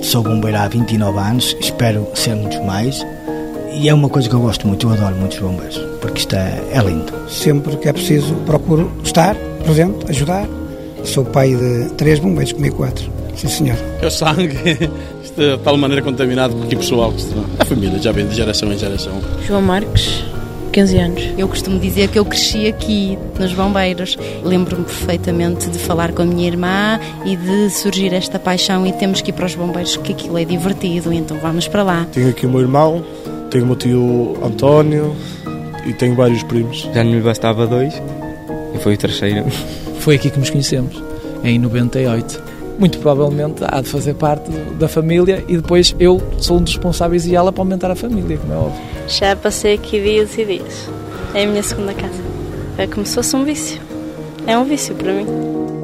Sou bombeiro há 29 anos, espero ser muitos mais. E é uma coisa que eu gosto muito, eu adoro muito os bombeiros, porque isto é lindo. Sempre que é preciso, procuro estar presente, ajudar. Sou pai de 3 bombeiros, comigo 4. Sim, senhor. É o sangue, de tal maneira contaminado por aqui pessoal, a família já vem de geração em geração. João Marques, 15 anos. Eu costumo dizer que eu cresci aqui, nos bombeiros. Lembro-me perfeitamente de falar com a minha irmã e de surgir esta paixão e temos que ir para os bombeiros, que aquilo é divertido, então vamos para lá. Tenho aqui o meu irmão, tenho o meu tio António e tenho vários primos. Já não me bastava 2 e foi o terceiro. Foi aqui que nos conhecemos, em 98. Muito provavelmente há de fazer parte da família e depois eu sou um dos responsáveis e ela para aumentar a família, como é óbvio. Já passei aqui dias e dias. É a minha segunda casa. É como se fosse um vício. É um vício para mim.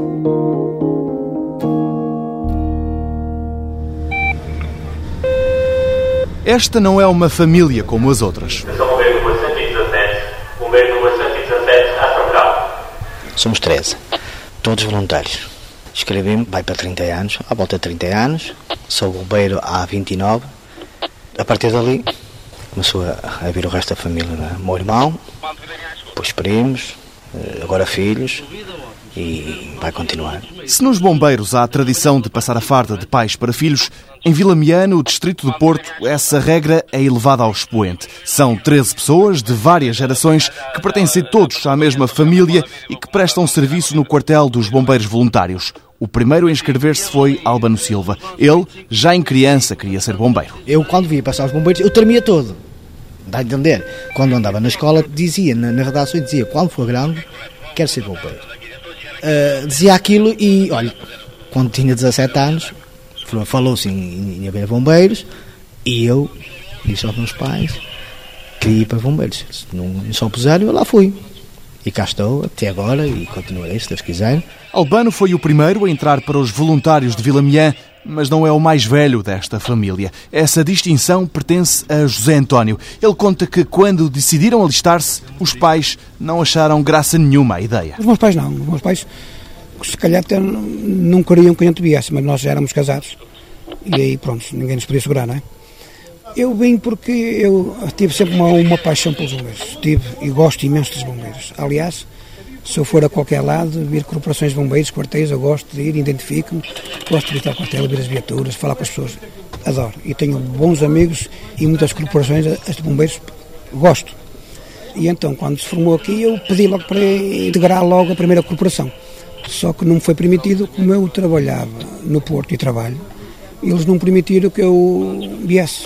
Esta não é uma família como as outras. Eu sou bombeiro número 117, bombeiro número 117, Ação Grau. Somos 13, todos voluntários. Inscrevi-me, vai para 30 anos, à volta de 30 anos. Sou bombeiro há 29. A partir dali, começou a vir o resto da família. Né? O meu irmão, depois primos, agora filhos. E vai continuar. Se nos bombeiros há a tradição de passar a farda de pais para filhos, em Vilamiã, no distrito do Porto, essa regra é elevada ao expoente. São 13 pessoas de várias gerações que pertencem todos à mesma família e que prestam serviço no quartel dos bombeiros voluntários. O primeiro a inscrever-se foi Albano Silva. Ele, já em criança, queria ser bombeiro. Eu, quando via passar os bombeiros, eu tremia todo. Dá a entender? Quando andava na escola, dizia, na redação, dizia, quando for grande, quero ser bombeiro. Dizia aquilo e, olha, quando tinha 17 anos, falou-se em haver bombeiros e eu disse aos meus pais que ia para bombeiros. Se não só puseram, eu lá fui. E cá estou até agora e continuarei, se Deus quiser. Albano foi o primeiro a entrar para os voluntários de Vilamiã, mas não é o mais velho desta família. Essa distinção pertence a José António. Ele conta que quando decidiram alistar-se, os pais não acharam graça nenhuma à ideia. Os meus pais não. Os meus pais, se calhar, até não queriam que a gente viesse, mas nós já éramos casados. E aí, pronto, ninguém nos podia segurar, não é? Eu vim porque eu tive sempre uma paixão pelos bombeiros. Tive e gosto imenso dos bombeiros. Aliás, se eu for a qualquer lado, vir corporações de bombeiros, quartéis, eu gosto de ir, identifico-me, gosto de visitar o quartel, ver as viaturas, falar com as pessoas, adoro. E tenho bons amigos e muitas corporações, as de bombeiros, gosto. E então, quando se formou aqui, eu pedi logo para integrar logo a primeira corporação. Só que não me foi permitido, como eu trabalhava no Porto e trabalho, eles não permitiram que eu viesse.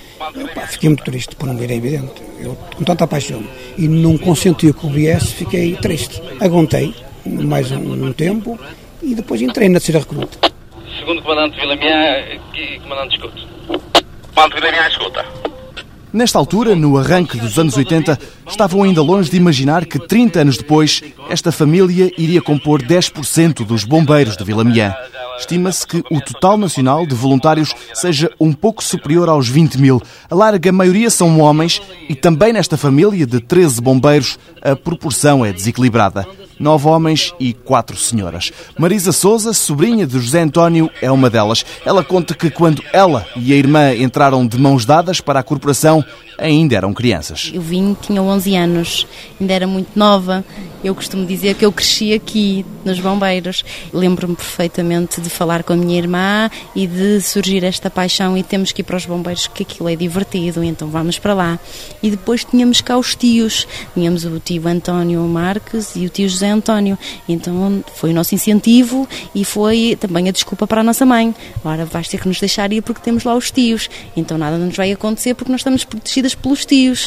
Fiquei muito triste por não vir, é evidente. Eu, com tanta paixão, e não consenti que eu viesse, fiquei triste. Aguentei mais um tempo e depois entrei na terceira recruta. Segundo comandante Vilamiã e comandante escuta. Comandante Vilamiã escuta. Nesta altura, no arranque dos anos 80, estavam ainda longe de imaginar que 30 anos depois, esta família iria compor 10% dos bombeiros de Vilamiã. Estima-se que o total nacional de voluntários seja um pouco superior aos 20 mil. A larga maioria são homens e também nesta família de 13 bombeiros a proporção é desequilibrada. 9 homens e 4 senhoras. Marisa Sousa, sobrinha de José António, é uma delas. Ela conta que quando ela e a irmã entraram de mãos dadas para a corporação, ainda eram crianças. Eu vim, tinha 11 anos, ainda era muito nova. Eu costumo dizer que eu cresci aqui, nos bombeiros. Lembro-me perfeitamente de falar com a minha irmã e de surgir esta paixão e temos que ir para os bombeiros, que aquilo é divertido, então vamos para lá. E depois tínhamos cá os tios. Tínhamos o tio António Marques e o tio José António. Então foi o nosso incentivo e foi também a desculpa para a nossa mãe. Agora vais ter que nos deixar ir porque temos lá os tios. Então nada nos vai acontecer porque nós estamos protegidas pelos tios.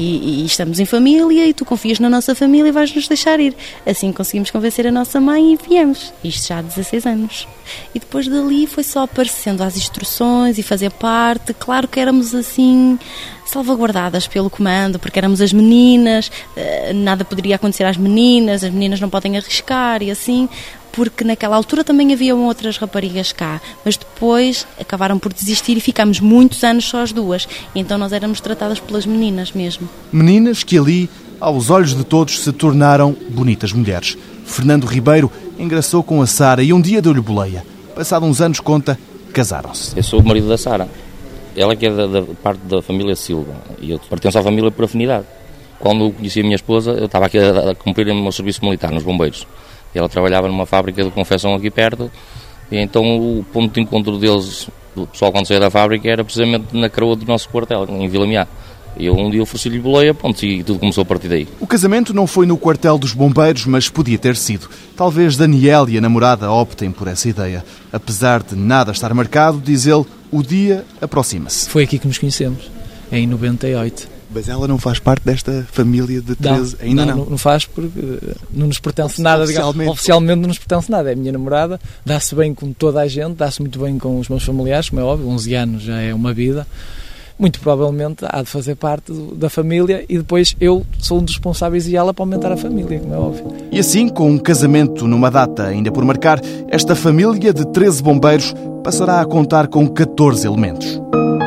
E estamos em família e tu confias na nossa família e vais nos deixar ir. Assim conseguimos convencer a nossa mãe e viemos. Isto já há 16 anos. E depois dali foi só aparecendo as instruções e fazer parte. Claro que éramos assim salvaguardadas pelo comando, porque éramos as meninas, nada poderia acontecer às meninas não podem arriscar e assim, porque naquela altura também haviam outras raparigas cá, mas depois acabaram por desistir e ficámos muitos anos só as duas, então nós éramos tratadas pelas meninas mesmo. Meninas que ali, aos olhos de todos, se tornaram bonitas mulheres. Fernando Ribeiro engraçou com a Sara e um dia deu-lhe boleia. Passado uns anos conta, casaram-se. Eu sou o marido da Sara. Ela que é da parte da família Silva e eu pertenço à família por afinidade. Quando eu conheci a minha esposa, eu estava aqui a cumprir o meu serviço militar nos bombeiros. Ela trabalhava numa fábrica de confecção aqui perto e então o ponto de encontro deles, do pessoal quando saía da fábrica, era precisamente na coroa do nosso quartel, em Vila Miá. E eu um dia ofereci-lhe boleia, ponto, e tudo começou a partir daí. O casamento não foi no quartel dos bombeiros, mas podia ter sido. Talvez Daniel e a namorada optem por essa ideia. Apesar de nada estar marcado, diz ele, o dia aproxima-se. Foi aqui que nos conhecemos, em 98. Mas ela não faz parte desta família de 13? Ainda não? Não faz porque não nos pertence nada. Oficialmente não nos pertence nada. É a minha namorada, dá-se bem com toda a gente, dá-se muito bem com os meus familiares, como é óbvio, 11 anos já é uma vida. Muito provavelmente há de fazer parte da família e depois eu sou um dos responsáveis e ela para aumentar a família, como é óbvio. E assim, com um casamento numa data ainda por marcar, esta família de 13 bombeiros passará a contar com 14 elementos.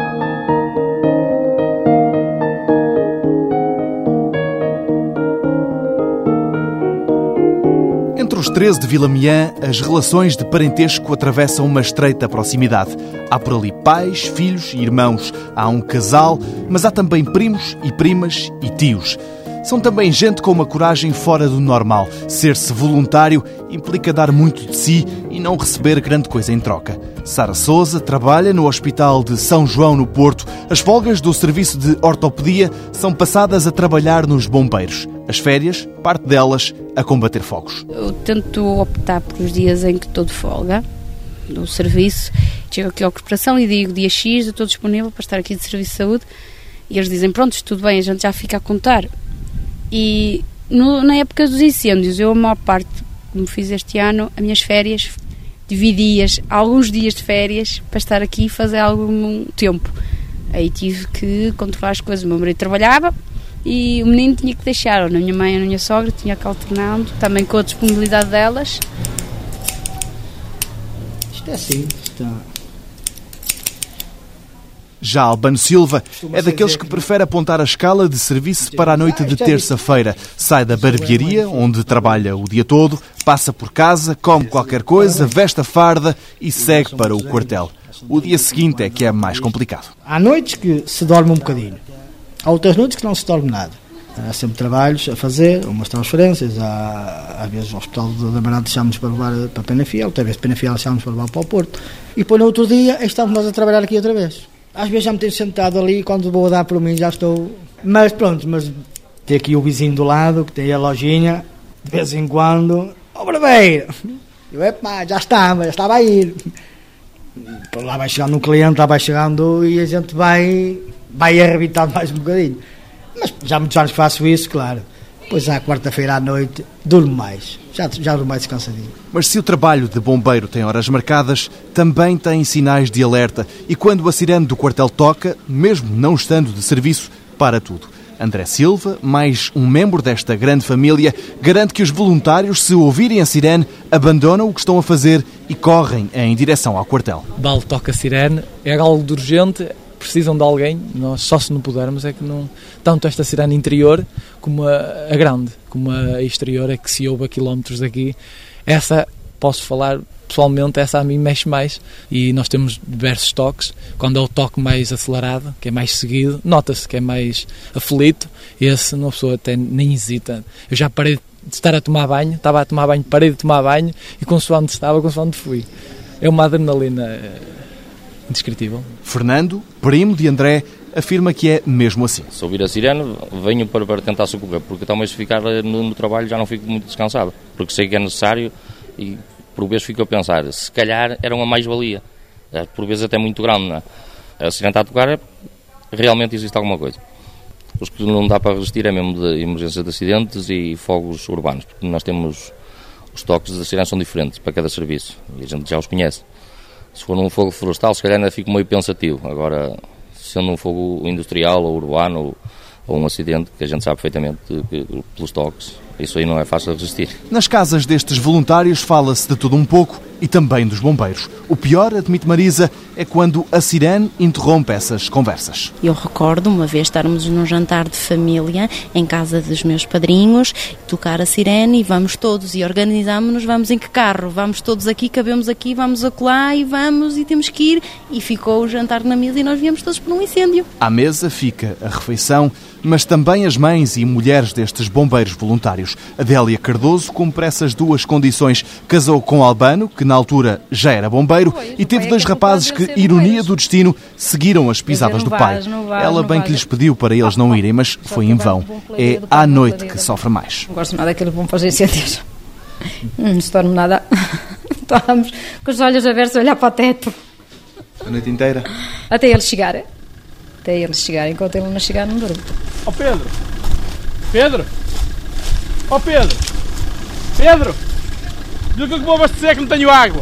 Entre os 13 de Vila Miã, as relações de parentesco atravessam uma estreita proximidade. Há por ali pais, filhos e irmãos. Há um casal, mas há também primos e primas e tios. São também gente com uma coragem fora do normal. Ser-se voluntário implica dar muito de si e não receber grande coisa em troca. Sara Sousa trabalha no Hospital de São João, no Porto. As folgas do serviço de ortopedia são passadas a trabalhar nos bombeiros. As férias, parte delas, a combater fogos. Eu tento optar por os dias em que estou de folga do serviço. Chego aqui à corporação e digo dia X, eu estou disponível para estar aqui de serviço de saúde. E eles dizem, pronto, tudo bem, a gente já fica a contar. E na época dos incêndios, eu a maior parte, como fiz este ano, as minhas férias, dividi-as, alguns dias de férias, para estar aqui e fazer algum tempo. Aí tive que controlar as coisas. O meu marido trabalhava e o menino tinha que deixar, ou na minha mãe ou na minha sogra, tinha que alternando, também com a disponibilidade delas. Isto é assim, está... Já Albano Silva é daqueles que prefere apontar a escala de serviço para a noite de terça-feira. Sai da barbearia, onde trabalha o dia todo, passa por casa, come qualquer coisa, veste a farda e segue para o quartel. O dia seguinte é que é mais complicado. Há noites que se dorme um bocadinho. Há outras noites que não se dorme nada. Há sempre trabalhos a fazer, umas transferências. Às vezes o Hospital da Amarante deixámos para levar para Penafiel, outra vez Penafiel deixámos para levar para o Porto. E depois no outro dia estamos nós a trabalhar aqui outra vez. Às vezes já me tenho sentado ali, quando vou a dar por mim já estou... Mas pronto, tem aqui o vizinho do lado, que tem a lojinha, de vez em quando... Ó, barbeiro! Eu, já estava a ir. Lá vai chegando um cliente, lá vai chegando e a gente vai arrebitando mais um bocadinho. Mas já há muitos anos que faço isso, claro. Depois à quarta-feira à noite durmo mais, já durmo mais descansadinho. Mas se o trabalho de bombeiro tem horas marcadas, também tem sinais de alerta. E quando a sirene do quartel toca, mesmo não estando de serviço, para tudo. André Silva, mais um membro desta grande família, garante que os voluntários, se ouvirem a sirene, abandonam o que estão a fazer e correm em direção ao quartel. Vale, toca a sirene, é algo de urgente, precisam de alguém, nós só se não pudermos é que não... Tanto esta sirene interior como a grande, como a exterior, é que se ouve a quilómetros daqui. Essa, posso falar pessoalmente, essa a mim mexe mais e nós temos diversos toques. Quando é o toque mais acelerado, que é mais seguido, nota-se que é mais aflito, esse uma pessoa até nem hesita. Eu já parei de estar a tomar banho, estava a tomar banho, parei de tomar banho e consoante estava, consoante fui. É uma adrenalina indescritível. Fernando, primo de André, afirma que é mesmo assim. Se ouvir a sirene, venho para tentar socorrer, porque talvez se ficar no trabalho já não fico muito descansado, porque sei que é necessário e por vezes fico a pensar, se calhar era uma mais-valia, por vezes até muito grande, não é? A sirene está a tocar, realmente existe alguma coisa. Os que não dá para resistir é mesmo de emergência de acidentes e fogos urbanos, porque nós temos, os toques da sirene são diferentes para cada serviço e a gente já os conhece. Se for num fogo florestal, se calhar ainda fico meio pensativo. Agora, sendo um fogo industrial ou urbano ou um acidente, que a gente sabe perfeitamente que, pelos toques, Isso aí não é fácil de resistir. Nas casas destes voluntários fala-se de tudo um pouco e também dos bombeiros. O pior, admite Marisa, é quando a sirene interrompe essas conversas. Eu recordo uma vez estarmos num jantar de família em casa dos meus padrinhos, tocar a sirene e vamos todos e organizámos-nos, vamos em que carro? Vamos todos aqui, cabemos aqui, vamos acolá e vamos e temos que ir. E ficou o jantar na mesa e nós viemos todos por um incêndio. À mesa fica a refeição, mas também as mães e mulheres destes bombeiros voluntários. Adélia Cardoso cumpre essas duas condições. Casou com Albano, que na altura já era bombeiro, e teve dois rapazes que, ironia do destino, seguiram as pisadas do pai. Ela bem que lhes pediu para eles não irem, mas foi em vão. É à noite que sofre mais. Não gosto nada daquilo que vão fazer incêndios. Não se torna nada. Estamos com os olhos abertos a olhar para o teto. A noite inteira? Até eles chegarem. Até eles chegarem. Enquanto ele não chegar, não durmo. Ó Pedro! Pedro! Ó Pedro! Pedro! Diga que eu vou abastecer que não tenho água.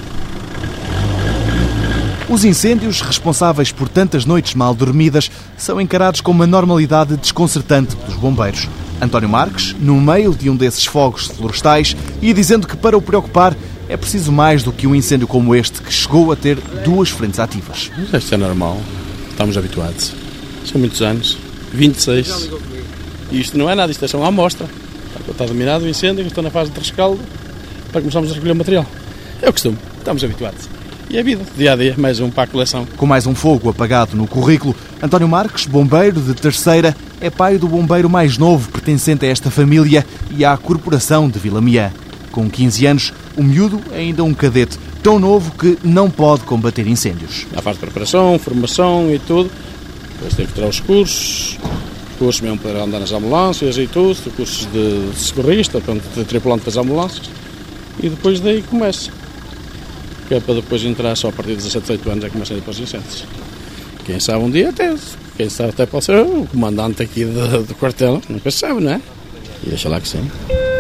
Os incêndios responsáveis por tantas noites mal dormidas são encarados com uma normalidade desconcertante pelos bombeiros. António Marques, no meio de um desses fogos florestais, ia dizendo que para o preocupar é preciso mais do que um incêndio como este, que chegou a ter 2 frentes ativas. Mas isto é normal. Estamos habituados. São muitos anos. 26. E isto não é nada, isto é só uma amostra. Está dominado o incêndio, estou na fase de rescaldo para começarmos a recolher o material. É o costume, estamos habituados. E a vida, dia a dia, mais um para a coleção. Com mais um fogo apagado no currículo, António Marques, bombeiro de terceira, é pai do bombeiro mais novo pertencente a esta família e à Corporação de Vilamiã. Com 15 anos, o miúdo é ainda um cadete, tão novo que não pode combater incêndios. Há fase de preparação, formação e tudo. Depois tem que tirar os cursos mesmo para andar nas ambulâncias e tudo, cursos de socorrista, de tripulante das ambulâncias. E depois daí começa. Que é para depois entrar só a partir de 17, 18 anos é que começam a ir para os incêndios. Quem sabe um dia até, quem sabe até pode ser o comandante aqui do quartel, nunca se sabe, não é? E deixa lá que sim.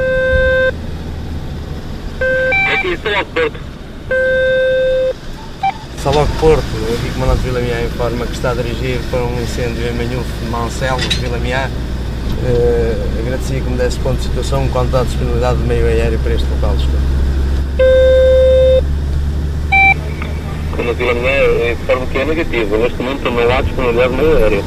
Aqui, Salão Porto. Salão Porto, aqui comandante de Vilamiã informa que está a dirigir para um incêndio em Manhufo de Mancelo, Vilamiã. Agradecia que me desse ponto de situação quanto à disponibilidade de meio aéreo para este local de estudo. Quando a Vilamiã informa que é negativo, neste momento também há disponibilidade de meio aéreo.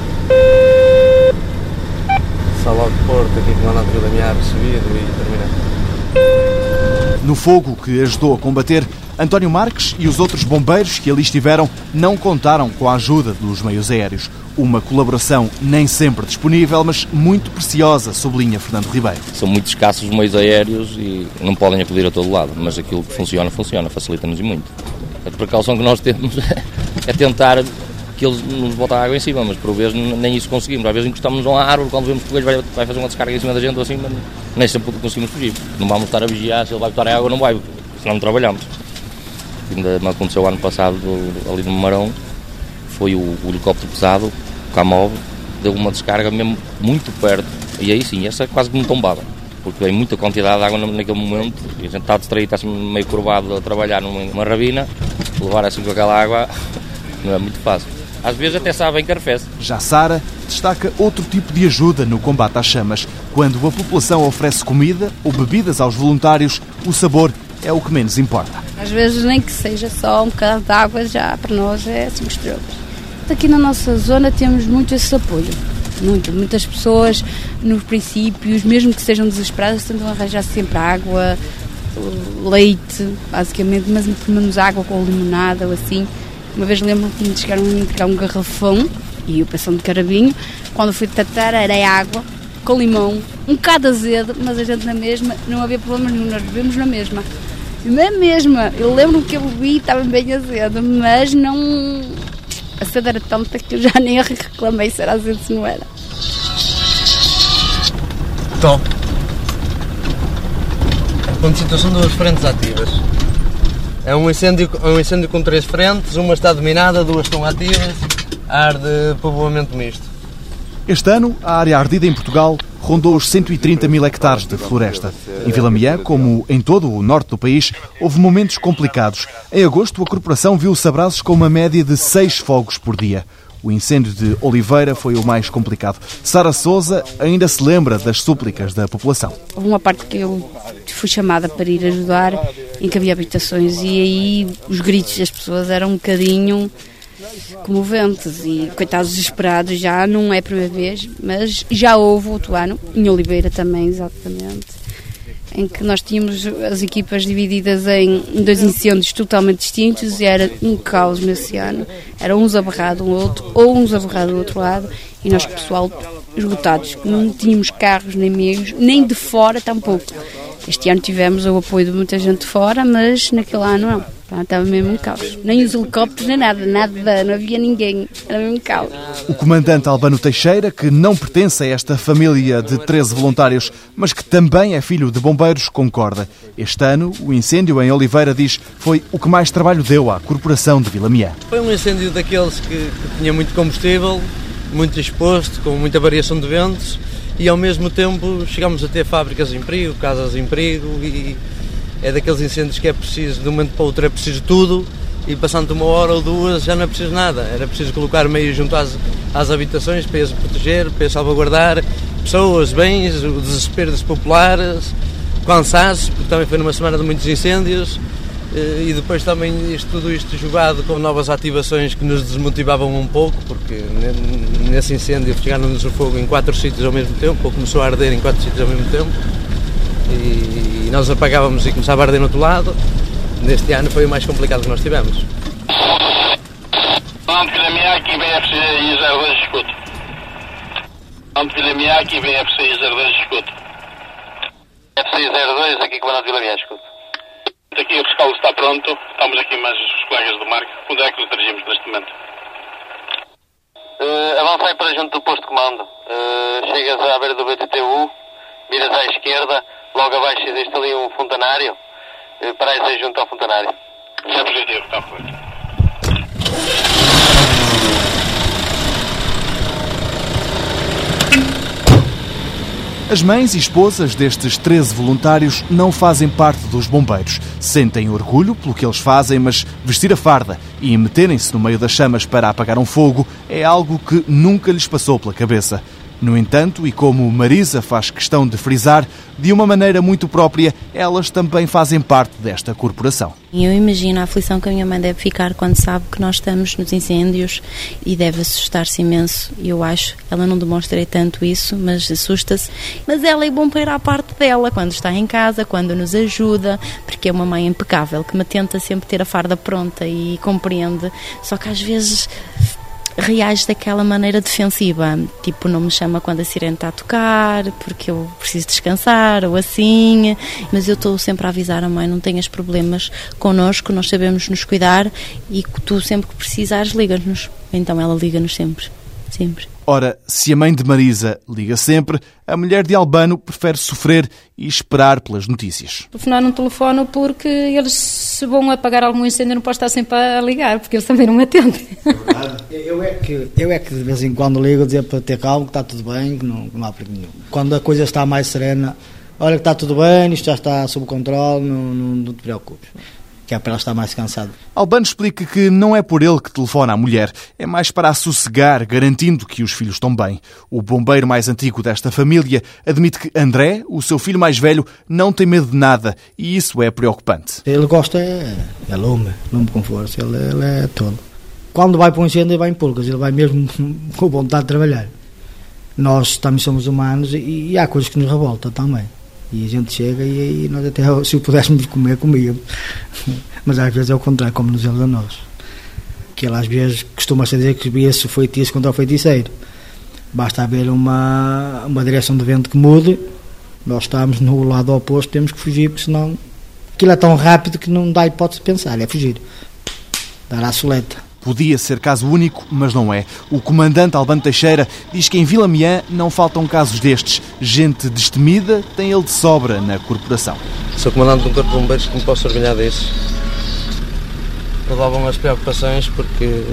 Salão Porto, aqui comandante de Vilamiã recebido e terminado. No fogo que ajudou a combater, António Marques e os outros bombeiros que ali estiveram não contaram com a ajuda dos meios aéreos. Uma colaboração nem sempre disponível, mas muito preciosa, sublinha Fernando Ribeiro. São muito escassos os meios aéreos e não podem acudir a todo lado, mas aquilo que funciona, facilita-nos muito. A precaução que nós temos é tentar que eles nos botem a água em cima, mas por vezes nem isso conseguimos. Às vezes encostamos a uma árvore, quando vemos que o gajo vai fazer uma descarga em cima da gente ou assim, mas nem sempre conseguimos fugir. Não vamos estar a vigiar se ele vai botar a água ou não vai, senão não trabalhamos. Ainda me aconteceu ano passado ali no Marão, foi o helicóptero pesado, o Camov, deu uma descarga mesmo muito perto, e aí sim, essa quase que me tombava, porque veio muita quantidade de água naquele momento, e a gente está distraído, está meio curvado a trabalhar numa ravina, levar assim com aquela água não é muito fácil. Às vezes até sabem que arrefece. Já Sara destaca outro tipo de ajuda no combate às chamas. Quando a população oferece comida ou bebidas aos voluntários, o sabor é o que menos importa. Às vezes nem que seja só um bocado de água, já para nós é 5 estrelas. Aqui na nossa zona temos muito esse apoio. Muitas pessoas, nos princípios, mesmo que sejam desesperadas, tentam arranjar sempre água, leite, basicamente, mas pelo menos água com limonada ou assim. Uma vez lembro-me que me chegaram a entregar um garrafão e eu pensando de carabinho, quando fui tratar era água com limão, um bocado azedo, mas a gente na mesma, não havia problema nenhum, nós bebemos na mesma. Eu lembro-me que eu bebi e estava bem azedo, mas não... A sede era tanta que eu já nem reclamei se era azedo, se não era. Então, ponto de situação, 2 frentes ativas. É um incêndio com 3 frentes, uma está dominada, 2 estão ativas, arde povoamento misto. Este ano, a área ardida em Portugal rondou os 130 mil hectares de floresta. Em Vilamiã, como em todo o norte do país, houve momentos complicados. Em agosto, a corporação viu-se a braços com uma média de 6 fogos por dia. O incêndio de Oliveira foi o mais complicado. Sara Sousa ainda se lembra das súplicas da população. Houve uma parte que eu fui chamada para ir ajudar, em que havia habitações, e aí os gritos das pessoas eram um bocadinho comoventes e, coitados, desesperados. Já não é a primeira vez, mas já houve outro ano, em Oliveira também, exatamente, em que nós tínhamos as equipas divididas em 2 incêndios totalmente distintos e era um caos nesse ano. Era uns a barrar de um outro, ou uns a barrar do outro lado, e nós, pessoal, esgotados. Não tínhamos carros nem meios, nem de fora tampouco. Este ano tivemos o apoio de muita gente de fora, mas naquele ano não. Estava mesmo um caos. Nem os helicópteros, nem nada, não havia ninguém. Era mesmo um caos. O comandante Albano Teixeira, que não pertence a esta família de 13 voluntários, mas que também é filho de bombeiros, concorda. Este ano, o incêndio em Oliveira, diz, foi o que mais trabalho deu à Corporação de Vilamiã. Foi um incêndio daqueles que tinha muito combustível, muito exposto, com muita variação de ventos, e ao mesmo tempo chegámos a ter fábricas em perigo, casas em perigo, e é daqueles incêndios que é preciso, de um momento para o outro é preciso tudo, e passando 1 hora ou 2 já não é preciso nada. Era preciso colocar meios junto às habitações para as proteger, para as salvaguardar pessoas, bens, o desespero dos populares, cansaço, porque também foi numa semana de muitos incêndios, e depois também tudo isto jogado com novas ativações que nos desmotivavam um pouco, porque nesse incêndio chegaram-nos o fogo em 4 sítios ao mesmo tempo, ou começou a arder em 4 sítios ao mesmo tempo, e nós apagávamos e começava a arder no outro lado. Neste ano foi o mais complicado que nós tivemos. Comando Vilamiã, aqui vem FC I02, escuto. Comando Vilamiã, aqui vem FC I02, escuto. FC I02, aqui comandante Vilamiã, escuto. Aqui o rescaldo está pronto, estamos aqui mais os colegas do Marco. Onde é que nos dirigimos neste momento? Avancei para junto do posto de comando. Chegas à beira do BTTU, viras à esquerda, logo abaixo existe ali um fontanário. Parais aí junto ao fontanário. Isso é positivo, está correto. As mães e esposas destes 13 voluntários não fazem parte dos bombeiros. Sentem orgulho pelo que eles fazem, mas vestir a farda e meterem-se no meio das chamas para apagar um fogo é algo que nunca lhes passou pela cabeça. No entanto, e como Marisa faz questão de frisar, de uma maneira muito própria, elas também fazem parte desta corporação. Eu imagino a aflição que a minha mãe deve ficar quando sabe que nós estamos nos incêndios e deve assustar-se imenso. Eu acho, ela não demonstra tanto isso, mas assusta-se. Mas ela é bombeira à parte dela, quando está em casa, quando nos ajuda, porque é uma mãe impecável, que me tenta sempre ter a farda pronta e compreende. Só que às vezes reage daquela maneira defensiva, tipo não me chama quando a sirene está a tocar porque eu preciso descansar ou assim, mas eu estou sempre a avisar a mãe, não tenhas problemas connosco, nós sabemos nos cuidar e tu sempre que precisares liga-nos. Então ela liga-nos sempre. Ora, se a mãe de Marisa liga sempre, a mulher de Albano prefere sofrer e esperar pelas notícias. Telefonar no telefone porque eles, se vão apagar algum incêndio, não posso estar sempre a ligar, porque eles também não atendem. Eu é que de vez em quando ligo a dizer para ter calma, que está tudo bem, que não há perigo nenhum. Quando a coisa está mais serena, olha que está tudo bem, isto já está sob controle, não te preocupes. Que é para ela estar mais cansada. Albano explica que não é por ele que telefona à mulher, é mais para a sossegar, garantindo que os filhos estão bem. O bombeiro mais antigo desta família admite que André, o seu filho mais velho, não tem medo de nada e isso é preocupante. Ele gosta, é lume com força, ele é todo. Quando vai para um incêndio, ele vai em pulgas, ele vai mesmo com vontade de trabalhar. Nós também somos humanos e há coisas que nos revoltam também. E a gente chega e nós até, se o pudéssemos comer, comíamos. Mas às vezes é o contrário, como-nos eles a nós. Que ele às vezes costuma-se dizer que via-se o feitiço contra o feiticeiro. Basta haver uma direção de vento que mude, nós estamos no lado oposto, temos que fugir, porque senão aquilo é tão rápido que não dá hipótese de pensar, é fugir. Dar à soleta. Podia ser caso único, mas não é. O comandante Albano Teixeira diz que em Vilamiã não faltam casos destes. Gente destemida tem ele de sobra na corporação. Sou comandante de um corpo de bombeiros que me posso orgulhar disso. Levavam as preocupações porque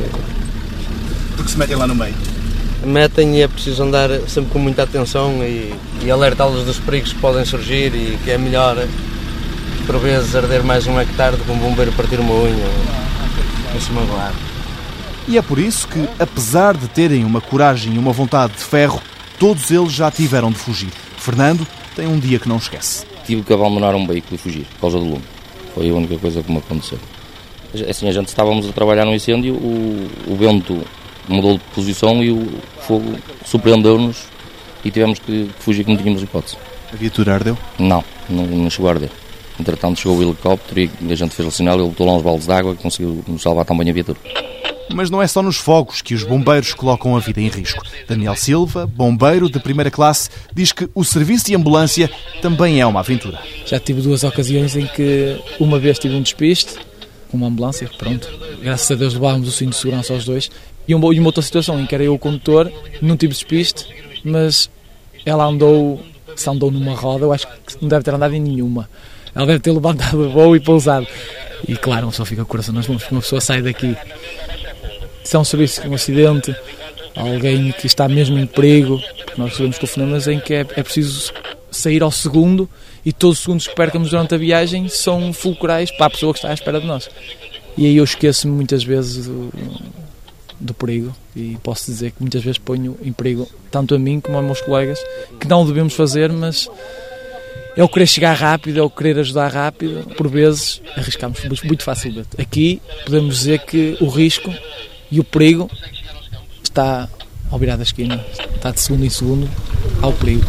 se metem lá no meio. Metem e é preciso andar sempre com muita atenção e alertá-los dos perigos que podem surgir e que é melhor, por vezes, arder mais um hectare do que um bombeiro partir uma unha ou se magoar. E é por isso que, apesar de terem uma coragem e uma vontade de ferro, todos eles já tiveram de fugir. Fernando tem um dia que não esquece. Tive que abandonar um veículo e fugir, por causa do lume. Foi a única coisa que me aconteceu. Assim, a gente estávamos a trabalhar no incêndio, o vento mudou de posição e o fogo surpreendeu-nos e tivemos que fugir, que não tínhamos hipótese. A viatura ardeu? Não chegou a arder. Entretanto chegou o helicóptero e a gente fez o sinal, ele botou lá uns baldes de água e conseguiu nos salvar também a viatura. Mas não é só nos fogos que os bombeiros colocam a vida em risco. Daniel Silva, bombeiro de primeira classe, diz que o serviço de ambulância também é uma aventura. Já tive 2 ocasiões em que uma vez tive um despiste com uma ambulância, pronto, graças a Deus levámos o cinto de segurança aos 2, e uma outra situação em que era eu o condutor, não tive despiste, mas ela andou numa roda, eu acho que não deve ter andado em nenhuma. Ela deve ter levantado o voo e pousado. E claro, uma pessoa fica com o coração nas mãos, porque uma pessoa sai daqui. Se é um serviço, um acidente, alguém que está mesmo em perigo, porque nós recebemos telefonemas em que é preciso sair ao segundo e todos os segundos que percamos durante a viagem são fulcrais para a pessoa que está à espera de nós. E aí eu esqueço-me muitas vezes do perigo e posso dizer que muitas vezes ponho em perigo tanto a mim como aos meus colegas, que não o devemos fazer, mas é o querer chegar rápido, é o querer ajudar rápido. Por vezes arriscamos muito facilmente. Aqui podemos dizer que o risco e o perigo está ao virar da esquina, está de segundo em segundo ao perigo.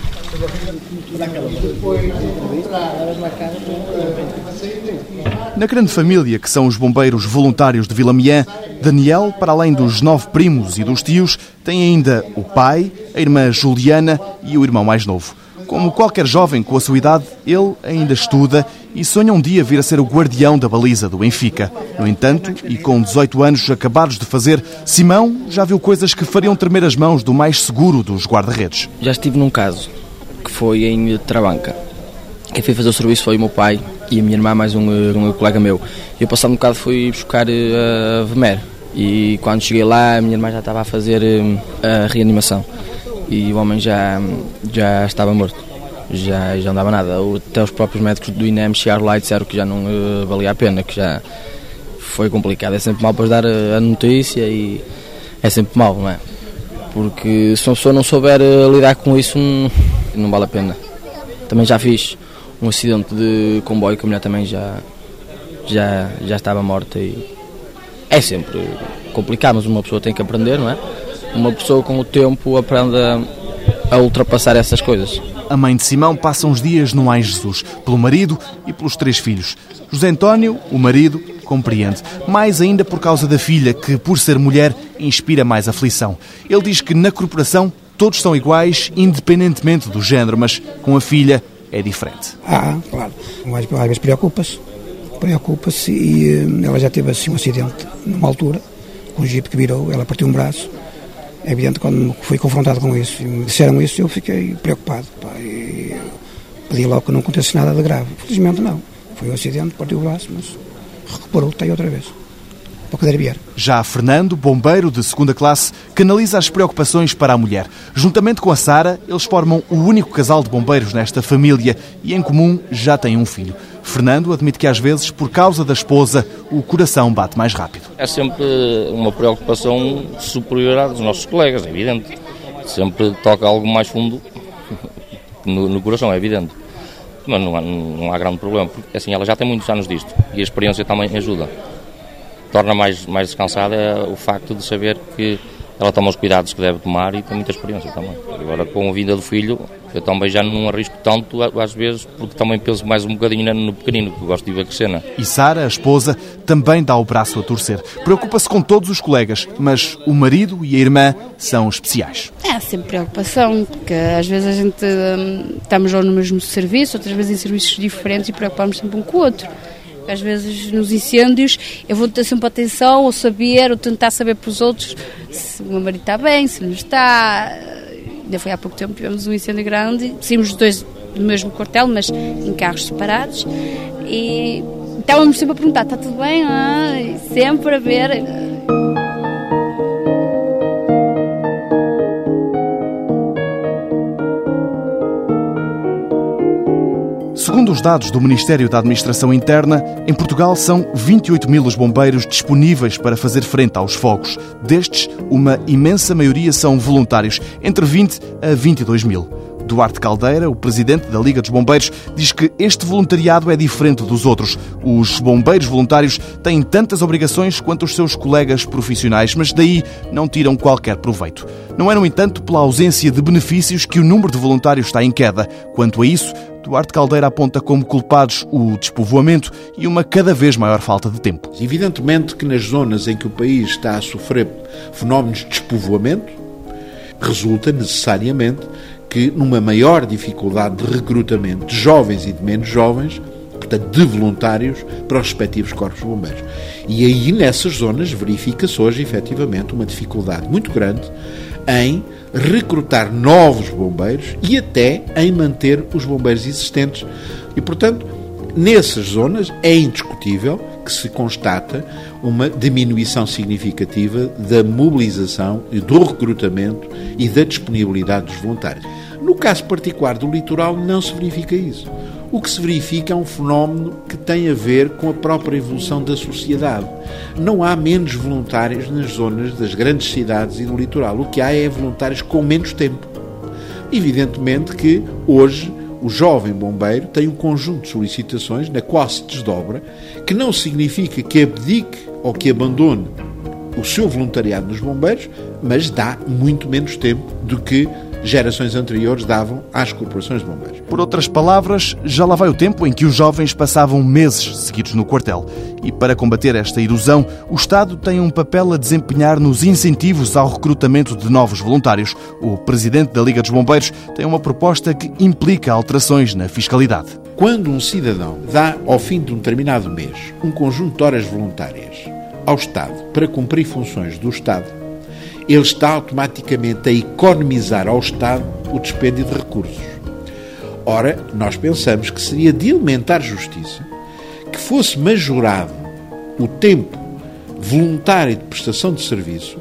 Na grande família que são os bombeiros voluntários de Vilamiã, Daniel, para além dos 9 primos e dos tios, tem ainda o pai, a irmã Juliana e o irmão mais novo. Como qualquer jovem com a sua idade, ele ainda estuda e sonha um dia vir a ser o guardião da baliza do Benfica. No entanto, e com 18 anos acabados de fazer, Simão já viu coisas que fariam tremer as mãos do mais seguro dos guarda-redes. Já estive num caso, que foi em Trabanca. Quem foi fazer o serviço foi o meu pai e a minha irmã, mais um colega meu. Eu, passado um bocado, fui buscar a Vemer. E quando cheguei lá, a minha irmã já estava a fazer a reanimação. E o homem já estava morto, já não dava nada. Até os próprios médicos do INEM chegaram lá e disseram que já não valia a pena, que já foi complicado. É sempre mal para dar a notícia e é sempre mal, não é? Porque se uma pessoa não souber lidar com isso, não vale a pena. Também já fiz um acidente de comboio que a mulher também já estava morta e é sempre complicado, mas uma pessoa tem que aprender, não é? Uma pessoa com o tempo aprende a ultrapassar essas coisas. A mãe de Simão passa uns dias no Ai Jesus, pelo marido e pelos 3 filhos. José António, o marido, compreende. Mais ainda por causa da filha, que, por ser mulher, inspira mais aflição. Ele diz que na corporação todos são iguais, independentemente do género, mas com a filha é diferente. Claro. Às vezes preocupa-se e ela já teve assim um acidente numa altura, com um jipe que virou, ela partiu um braço. É evidente, quando fui confrontado com isso e me disseram isso, eu fiquei preocupado. E pedi logo que não acontecesse nada de grave. Felizmente não. Foi um acidente, partiu o braço, mas recuperou, está aí outra vez. Para poder vir. Já Fernando, bombeiro de segunda classe, canaliza as preocupações para a mulher. Juntamente com a Sara, eles formam o único casal de bombeiros nesta família e, em comum, já têm um filho. Fernando admite que, às vezes, por causa da esposa, o coração bate mais rápido. É sempre uma preocupação superior à dos nossos colegas, é evidente. Sempre toca algo mais fundo no coração, é evidente. Mas não há grande problema, porque assim, ela já tem muitos anos disto e a experiência também ajuda. Torna mais descansada o facto de saber que ela toma os cuidados que deve tomar e tem muita experiência também. Agora, com a vinda do filho, eu também já não arrisco tanto, às vezes, porque também penso mais um bocadinho no pequenino, que gosto de ver crescer, né? E Sara, a esposa, também dá o braço a torcer. Preocupa-se com todos os colegas, mas o marido e a irmã são especiais. É sempre preocupação, porque às vezes a gente estamos ou no mesmo serviço, outras vezes em serviços diferentes e preocupamos sempre um com o outro. Às vezes nos incêndios eu vou ter sempre atenção, ou saber, ou tentar saber para os outros se o meu marido está bem, se não está. Ainda foi há pouco tempo, tivemos um incêndio grande, saímos os 2 do mesmo quartel, mas em carros separados, e estávamos sempre a perguntar, está tudo bem? E sempre a ver. Segundo Segundo os dados do Ministério da Administração Interna, em Portugal são 28.000 os bombeiros disponíveis para fazer frente aos fogos. Destes, uma imensa maioria são voluntários, entre 20 a 22.000. Duarte Caldeira, o presidente da Liga dos Bombeiros, diz que este voluntariado é diferente dos outros. Os bombeiros voluntários têm tantas obrigações quanto os seus colegas profissionais, mas daí não tiram qualquer proveito. Não é, no entanto, pela ausência de benefícios que o número de voluntários está em queda. Quanto a isso, Duarte Caldeira aponta como culpados o despovoamento e uma cada vez maior falta de tempo. Evidentemente que nas zonas em que o país está a sofrer fenómenos de despovoamento, resulta necessariamente que numa maior dificuldade de recrutamento de jovens e de menos jovens, portanto de voluntários, para os respectivos corpos de bombeiros. E aí nessas zonas verifica-se hoje efetivamente uma dificuldade muito grande em recrutar novos bombeiros e até em manter os bombeiros existentes. E portanto, nessas zonas é indiscutível que se constata uma diminuição significativa da mobilização e do recrutamento e da disponibilidade dos voluntários. No caso particular do litoral não se verifica isso. O que se verifica é um fenómeno que tem a ver com a própria evolução da sociedade. Não há menos voluntários nas zonas das grandes cidades e do litoral. O que há é voluntários com menos tempo. Evidentemente que hoje o jovem bombeiro tem um conjunto de solicitações na qual se desdobra, que não significa que abdique ou que abandone o seu voluntariado nos bombeiros, mas dá muito menos tempo do que gerações anteriores davam às corporações de bombeiros. Por outras palavras, já lá vai o tempo em que os jovens passavam meses seguidos no quartel. E para combater esta erosão, o Estado tem um papel a desempenhar nos incentivos ao recrutamento de novos voluntários. O presidente da Liga dos Bombeiros tem uma proposta que implica alterações na fiscalidade. Quando um cidadão dá, ao fim de um determinado mês, um conjunto de horas voluntárias ao Estado para cumprir funções do Estado, ele está automaticamente a economizar ao Estado o dispêndio de recursos. Ora, nós pensamos que seria de elementar justiça que fosse majorado o tempo voluntário de prestação de serviço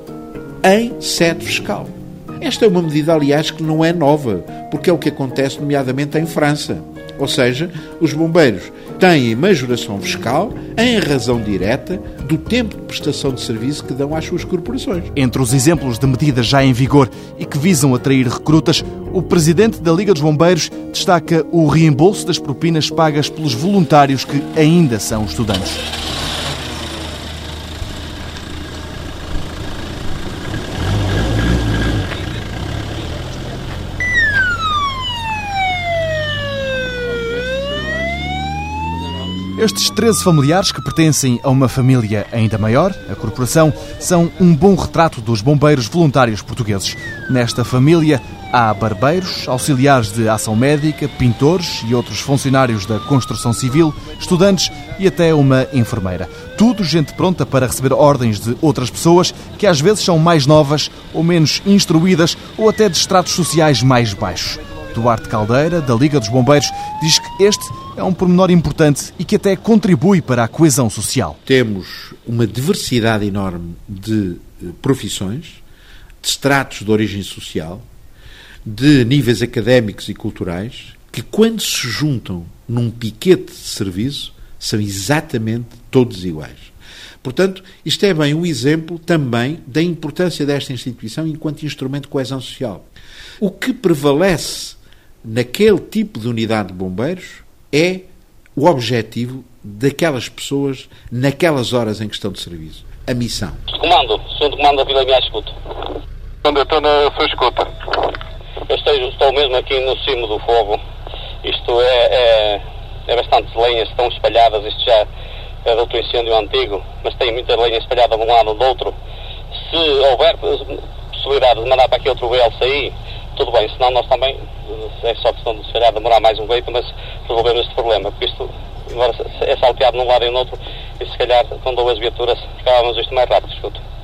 em sede fiscal. Esta é uma medida, aliás, que não é nova, porque é o que acontece nomeadamente em França. Ou seja, os bombeiros têm majoração fiscal em razão direta do tempo de prestação de serviço que dão às suas corporações. Entre os exemplos de medidas já em vigor e que visam atrair recrutas, o presidente da Liga dos Bombeiros destaca o reembolso das propinas pagas pelos voluntários que ainda são estudantes. Estes 13 familiares, que pertencem a uma família ainda maior, a corporação, são um bom retrato dos bombeiros voluntários portugueses. Nesta família há barbeiros, auxiliares de ação médica, pintores e outros funcionários da construção civil, estudantes e até uma enfermeira. Tudo gente pronta para receber ordens de outras pessoas que às vezes são mais novas ou menos instruídas ou até de estratos sociais mais baixos. Duarte Caldeira, da Liga dos Bombeiros, diz que este é um pormenor importante e que até contribui para a coesão social. Temos uma diversidade enorme de profissões, de estratos de origem social, de níveis académicos e culturais, que quando se juntam num piquete de serviço, são exatamente todos iguais. Portanto, isto é bem um exemplo também da importância desta instituição enquanto instrumento de coesão social. O que prevalece naquele tipo de unidade de bombeiros é o objetivo daquelas pessoas naquelas horas em que estão de serviço. A missão. Segundo comando da Vila Minha, escuto. Quando eu estou na sua escuta. Estou mesmo aqui no cimo do fogo. Isto é bastante lenhas, estão espalhadas. Isto já é de outro incêndio antigo, mas tem muita lenha espalhada de um lado ou do outro. Se houver possibilidade de mandar para aqui outro VLC aí, tudo bem, senão nós também, é só questão de se calhar demorar mais um veito, mas resolvemos este problema, porque isto agora é salteado num lado e no outro, e se calhar com 2 viaturas ficávamos isto mais rápido, escuto.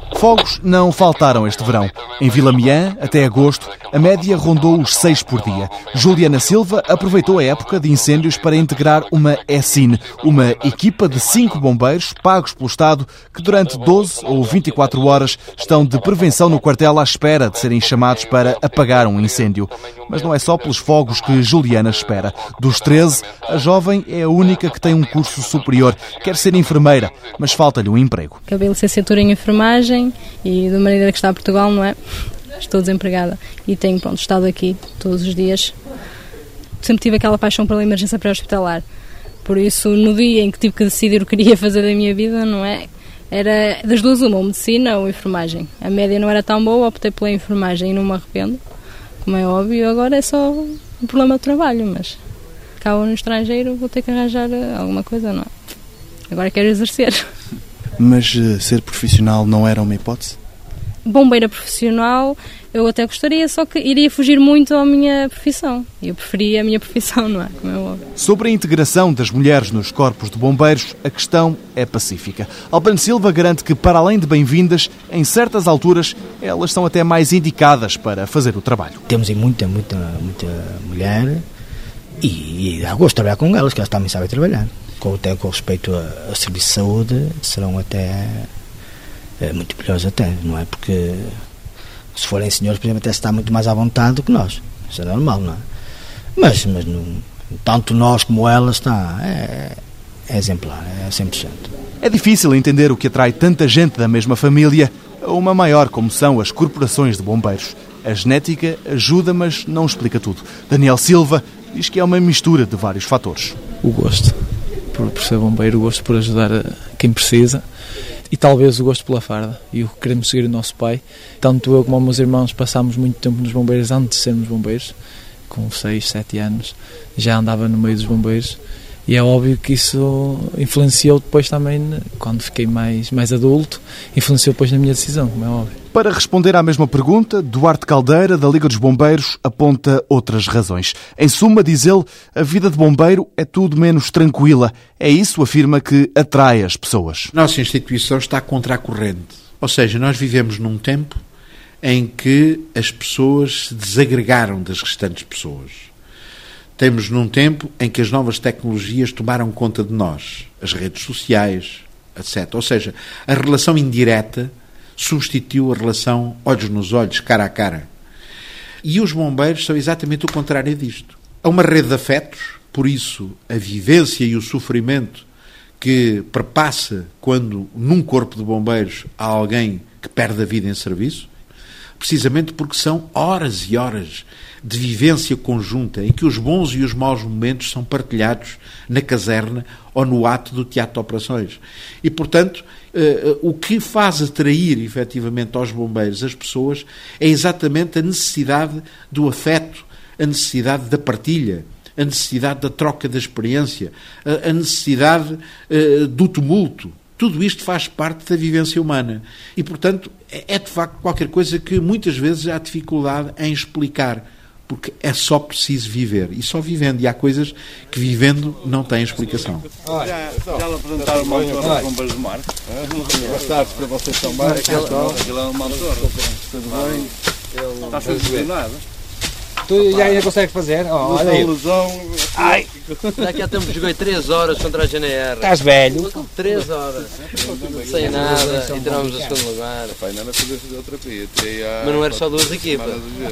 Fogos não faltaram este verão. Em Vilamiã, até agosto, a média rondou os 6 por dia. Juliana Silva aproveitou a época de incêndios para integrar uma ESIN, uma equipa de 5 bombeiros pagos pelo Estado que durante 12 ou 24 horas estão de prevenção no quartel à espera de serem chamados para apagar um incêndio. Mas não é só pelos fogos que Juliana espera. Dos 13, a jovem é a única que tem um curso superior. Quer ser enfermeira, mas falta-lhe um emprego. Acabei a licenciatura em enfermagem e da maneira que está Portugal, não é? Estou desempregada e tenho, estado aqui todos os dias. Sempre tive aquela paixão pela emergência pré-hospitalar. Por isso, no dia em que tive que decidir o que queria fazer da minha vida, não é? Era das duas uma, ou medicina ou enfermagem. A média não era tão boa, optei pela enfermagem e não me arrependo, como é óbvio. Agora é só um problema de trabalho, mas cá ou no estrangeiro vou ter que arranjar alguma coisa, não é? Agora quero exercer. Mas ser profissional não era uma hipótese? Bombeira profissional, eu até gostaria, só que iria fugir muito à minha profissão. Eu preferia a minha profissão, não é? Como é óbvio. Sobre a integração das mulheres nos corpos de bombeiros, a questão é pacífica. Albano Silva garante que, para além de bem-vindas, em certas alturas, elas são até mais indicadas para fazer o trabalho. Temos aí muita mulher e dá gosto de trabalhar com elas, que elas também sabem trabalhar. Até com respeito a serviço de saúde, serão até muito melhores até, não é? Porque se forem senhores, por exemplo, até se está muito mais à vontade do que nós. Isso é normal, não é? Mas não, tanto nós como elas é exemplar, é 100%. É difícil entender o que atrai tanta gente da mesma família a uma maior como são as corporações de bombeiros. A genética ajuda, mas não explica tudo. Daniel Silva diz que é uma mistura de vários fatores. O gosto por ser bombeiro, o gosto por ajudar quem precisa e talvez o gosto pela farda e o que queremos seguir o nosso pai. Tanto eu como os meus irmãos passámos muito tempo nos bombeiros antes de sermos bombeiros, com 6, 7 anos, já andava no meio dos bombeiros e é óbvio que isso influenciou depois também, quando fiquei mais adulto, influenciou depois na minha decisão, como é óbvio. Para responder à mesma pergunta, Duarte Caldeira, da Liga dos Bombeiros, aponta outras razões. Em suma, diz ele, a vida de bombeiro é tudo menos tranquila. É isso, afirma, que atrai as pessoas. Nossa instituição está contra a corrente. Ou seja, nós vivemos num tempo em que as pessoas se desagregaram das restantes pessoas. Temos num tempo em que as novas tecnologias tomaram conta de nós. As redes sociais, etc. Ou seja, a relação indireta substituiu a relação olhos nos olhos, cara a cara. E os bombeiros são exatamente o contrário disto. É uma rede de afetos, por isso a vivência e o sofrimento que perpassa quando num corpo de bombeiros há alguém que perde a vida em serviço, precisamente porque são horas e horas de vivência conjunta em que os bons e os maus momentos são partilhados na caserna ou no ato do teatro de operações. E, portanto, o que faz atrair, efetivamente, aos bombeiros as pessoas é exatamente a necessidade do afeto, a necessidade da partilha, a necessidade da troca da experiência, a necessidade do tumulto. Tudo isto faz parte da vivência humana. E, portanto, é de facto qualquer coisa que muitas vezes há dificuldade em explicar, porque é só preciso viver. E só vivendo. E há coisas que vivendo não têm explicação. Já lhe apresentaram o motor dos bombeiros do mar? Boa tarde para vocês também. Aquilo é um motor. Tudo bem? Está funcionado? Tu já consegue fazer? Olha aí. Ai! Daqui a tempo joguei 3 horas contra a GNR. Estás velho? 3 horas. Sem nada. E tiramos o segundo lugar. Pai, não era fazer outra vez. Mas não era só 2 equipas.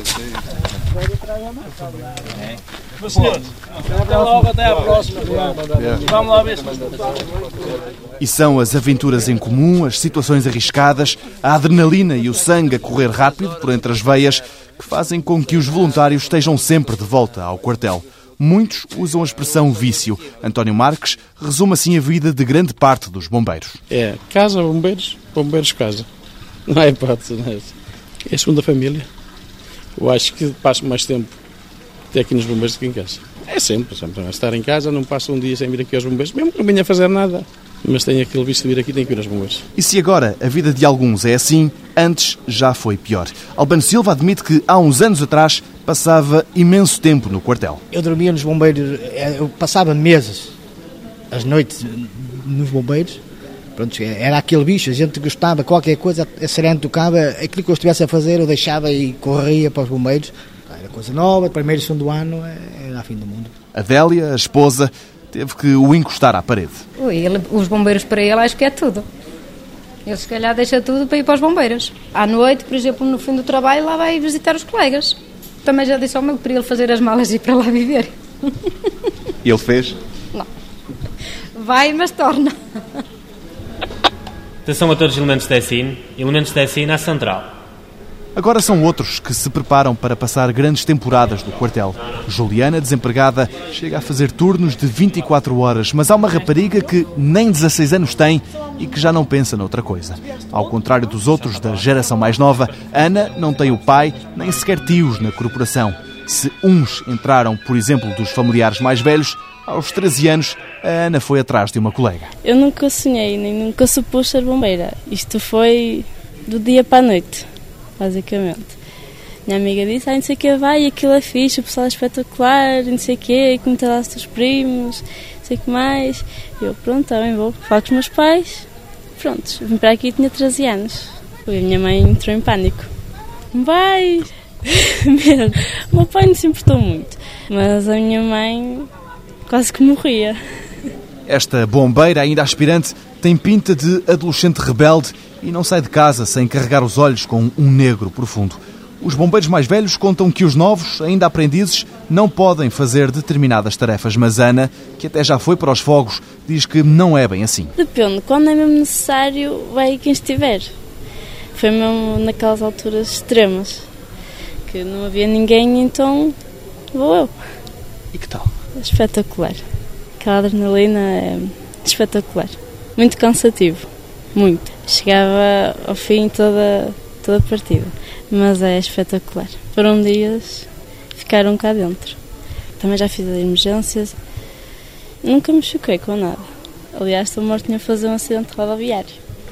Meus senhores, até logo, até à próxima. Vamos lá ver. E são as aventuras em comum, as situações arriscadas, a adrenalina e o sangue a correr rápido por entre as veias que fazem com que os voluntários estejam sempre de volta ao quartel. Muitos usam a expressão vício. António Marques resume assim a vida de grande parte dos bombeiros. É casa, bombeiros, bombeiros, casa. Não é hipótese, não é? É a segunda família. Eu acho que passo mais tempo até aqui nos bombeiros do que em casa. É sempre estar em casa, não passo um dia sem vir aqui aos bombeiros, mesmo que não venha a fazer nada. Mas tenho aquele visto de vir aqui, tenho que ir aos bombeiros. E se agora a vida de alguns é assim, antes já foi pior. Albano Silva admite que há uns anos atrás passava imenso tempo no quartel. Eu dormia nos bombeiros, eu passava meses, as noites nos bombeiros, Pronto, era aquele bicho, a gente gostava, qualquer coisa, a sirene tocava, aquilo que eu estivesse a fazer, eu deixava e corria para os bombeiros. Era coisa nova, primeiro e segundo ano, era a fim do mundo. Adélia, a esposa, teve que o encostar à parede. Os bombeiros para ele acho que é tudo. Ele se calhar deixa tudo para ir para os bombeiros. À noite, por exemplo, no fim do trabalho, lá vai visitar os colegas. Também já disse ao meu para ele fazer as malas e ir para lá viver. E ele fez? Não. Vai, mas torna. Atenção a todos os elementos da ESIN. Elementos da ESIN à central. Agora são outros que se preparam para passar grandes temporadas no quartel. Juliana, desempregada, chega a fazer turnos de 24 horas, mas há uma rapariga que nem 16 anos tem e que já não pensa noutra coisa. Ao contrário dos outros da geração mais nova, Ana não tem o pai nem sequer tios na corporação. Se uns entraram, por exemplo, dos familiares mais velhos, aos 13 anos, a Ana foi atrás de uma colega. Eu nunca sonhei, nem nunca supus ser bombeira. Isto foi do dia para a noite, basicamente. Minha amiga disse, não sei o que vai, aquilo é fixe, o pessoal é espetacular, não sei o que, como te dá os teus primos, não sei o que mais. Eu, pronto, também vou, falo com os meus pais. Pronto, vim para aqui e tinha 13 anos. E a minha mãe entrou em pânico. Vai! Mesmo. O meu pai não se importou muito, mas a minha mãe quase que morria. Esta bombeira, ainda aspirante, tem pinta de adolescente rebelde e não sai de casa sem carregar os olhos com um negro profundo. Os bombeiros mais velhos contam que os novos, ainda aprendizes, não podem fazer determinadas tarefas, mas Ana, que até já foi para os fogos, diz que não é bem assim. Depende, quando é mesmo necessário, vai quem estiver. Foi mesmo naquelas alturas extremas, que não havia ninguém, então vou eu. E que tal? É espetacular. Aquela adrenalina é espetacular. Muito cansativo, muito. Chegava ao fim toda a partida, mas é espetacular. Foram dias, ficaram cá dentro. Também já fiz emergências, nunca me choquei com nada. Aliás, estou morto a fazer um acidente rodoviário.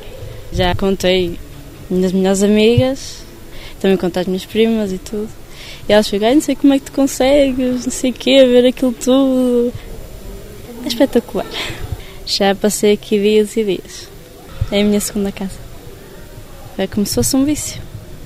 Já contei às minhas amigas, também contei às minhas primas e tudo. E elas ficam, não sei como é que tu consegues, não sei o quê, ver aquilo tudo. É espetacular. Já passei aqui dias e dias. É a minha segunda casa. É como se fosse um vício.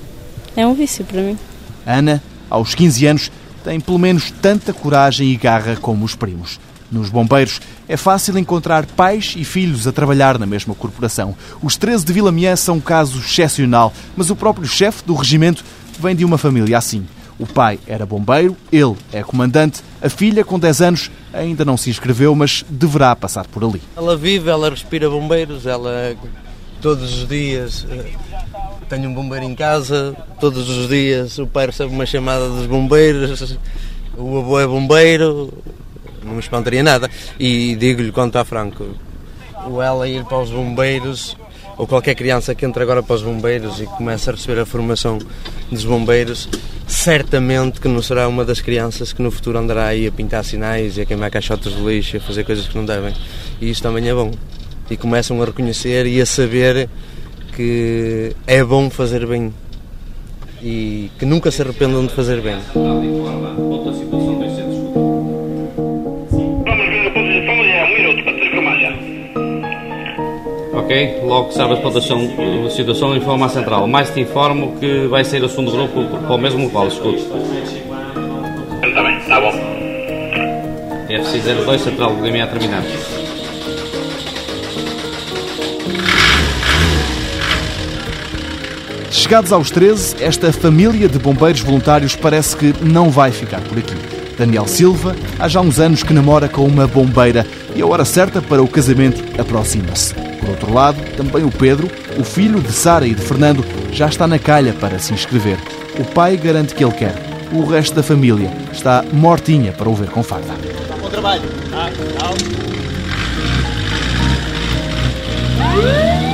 É um vício para mim. Ana, aos 15 anos, tem pelo menos tanta coragem e garra como os primos. Nos bombeiros é fácil encontrar pais e filhos a trabalhar na mesma corporação. Os 13 de Vilamiã são um caso excepcional, mas o próprio chefe do regimento vem de uma família assim. O pai era bombeiro, ele é comandante, a filha, com 10 anos, ainda não se inscreveu, mas deverá passar por ali. Ela vive, ela respira bombeiros, ela todos os dias tem um bombeiro em casa, todos os dias o pai recebe uma chamada dos bombeiros, o avô é bombeiro, não me espantaria nada. E digo-lhe, quanto a Franco, o ela ir para os bombeiros, ou qualquer criança que entre agora para os bombeiros e começa a receber a formação dos bombeiros, certamente que não será uma das crianças que no futuro andará aí a pintar sinais e a queimar caixotes de lixo e a fazer coisas que não devem. E isso também é bom. E começam a reconhecer e a saber que é bom fazer bem e que nunca se arrependam de fazer bem. Ok, logo que sabe a situação, informa a central. Mais te informo que vai sair o segundo grupo para o mesmo local, escute. Está bem, está bom. FC02, central de Vilamiã a terminar. Chegados aos 13, esta família de bombeiros voluntários parece que não vai ficar por aqui. Daniel Silva há já uns anos que namora com uma bombeira e a hora certa para o casamento aproxima-se. Por outro lado, também o Pedro, o filho de Sara e de Fernando, já está na calha para se inscrever. O pai garante que ele quer. O resto da família está mortinha para o ver com farda. Bom trabalho. Tchau.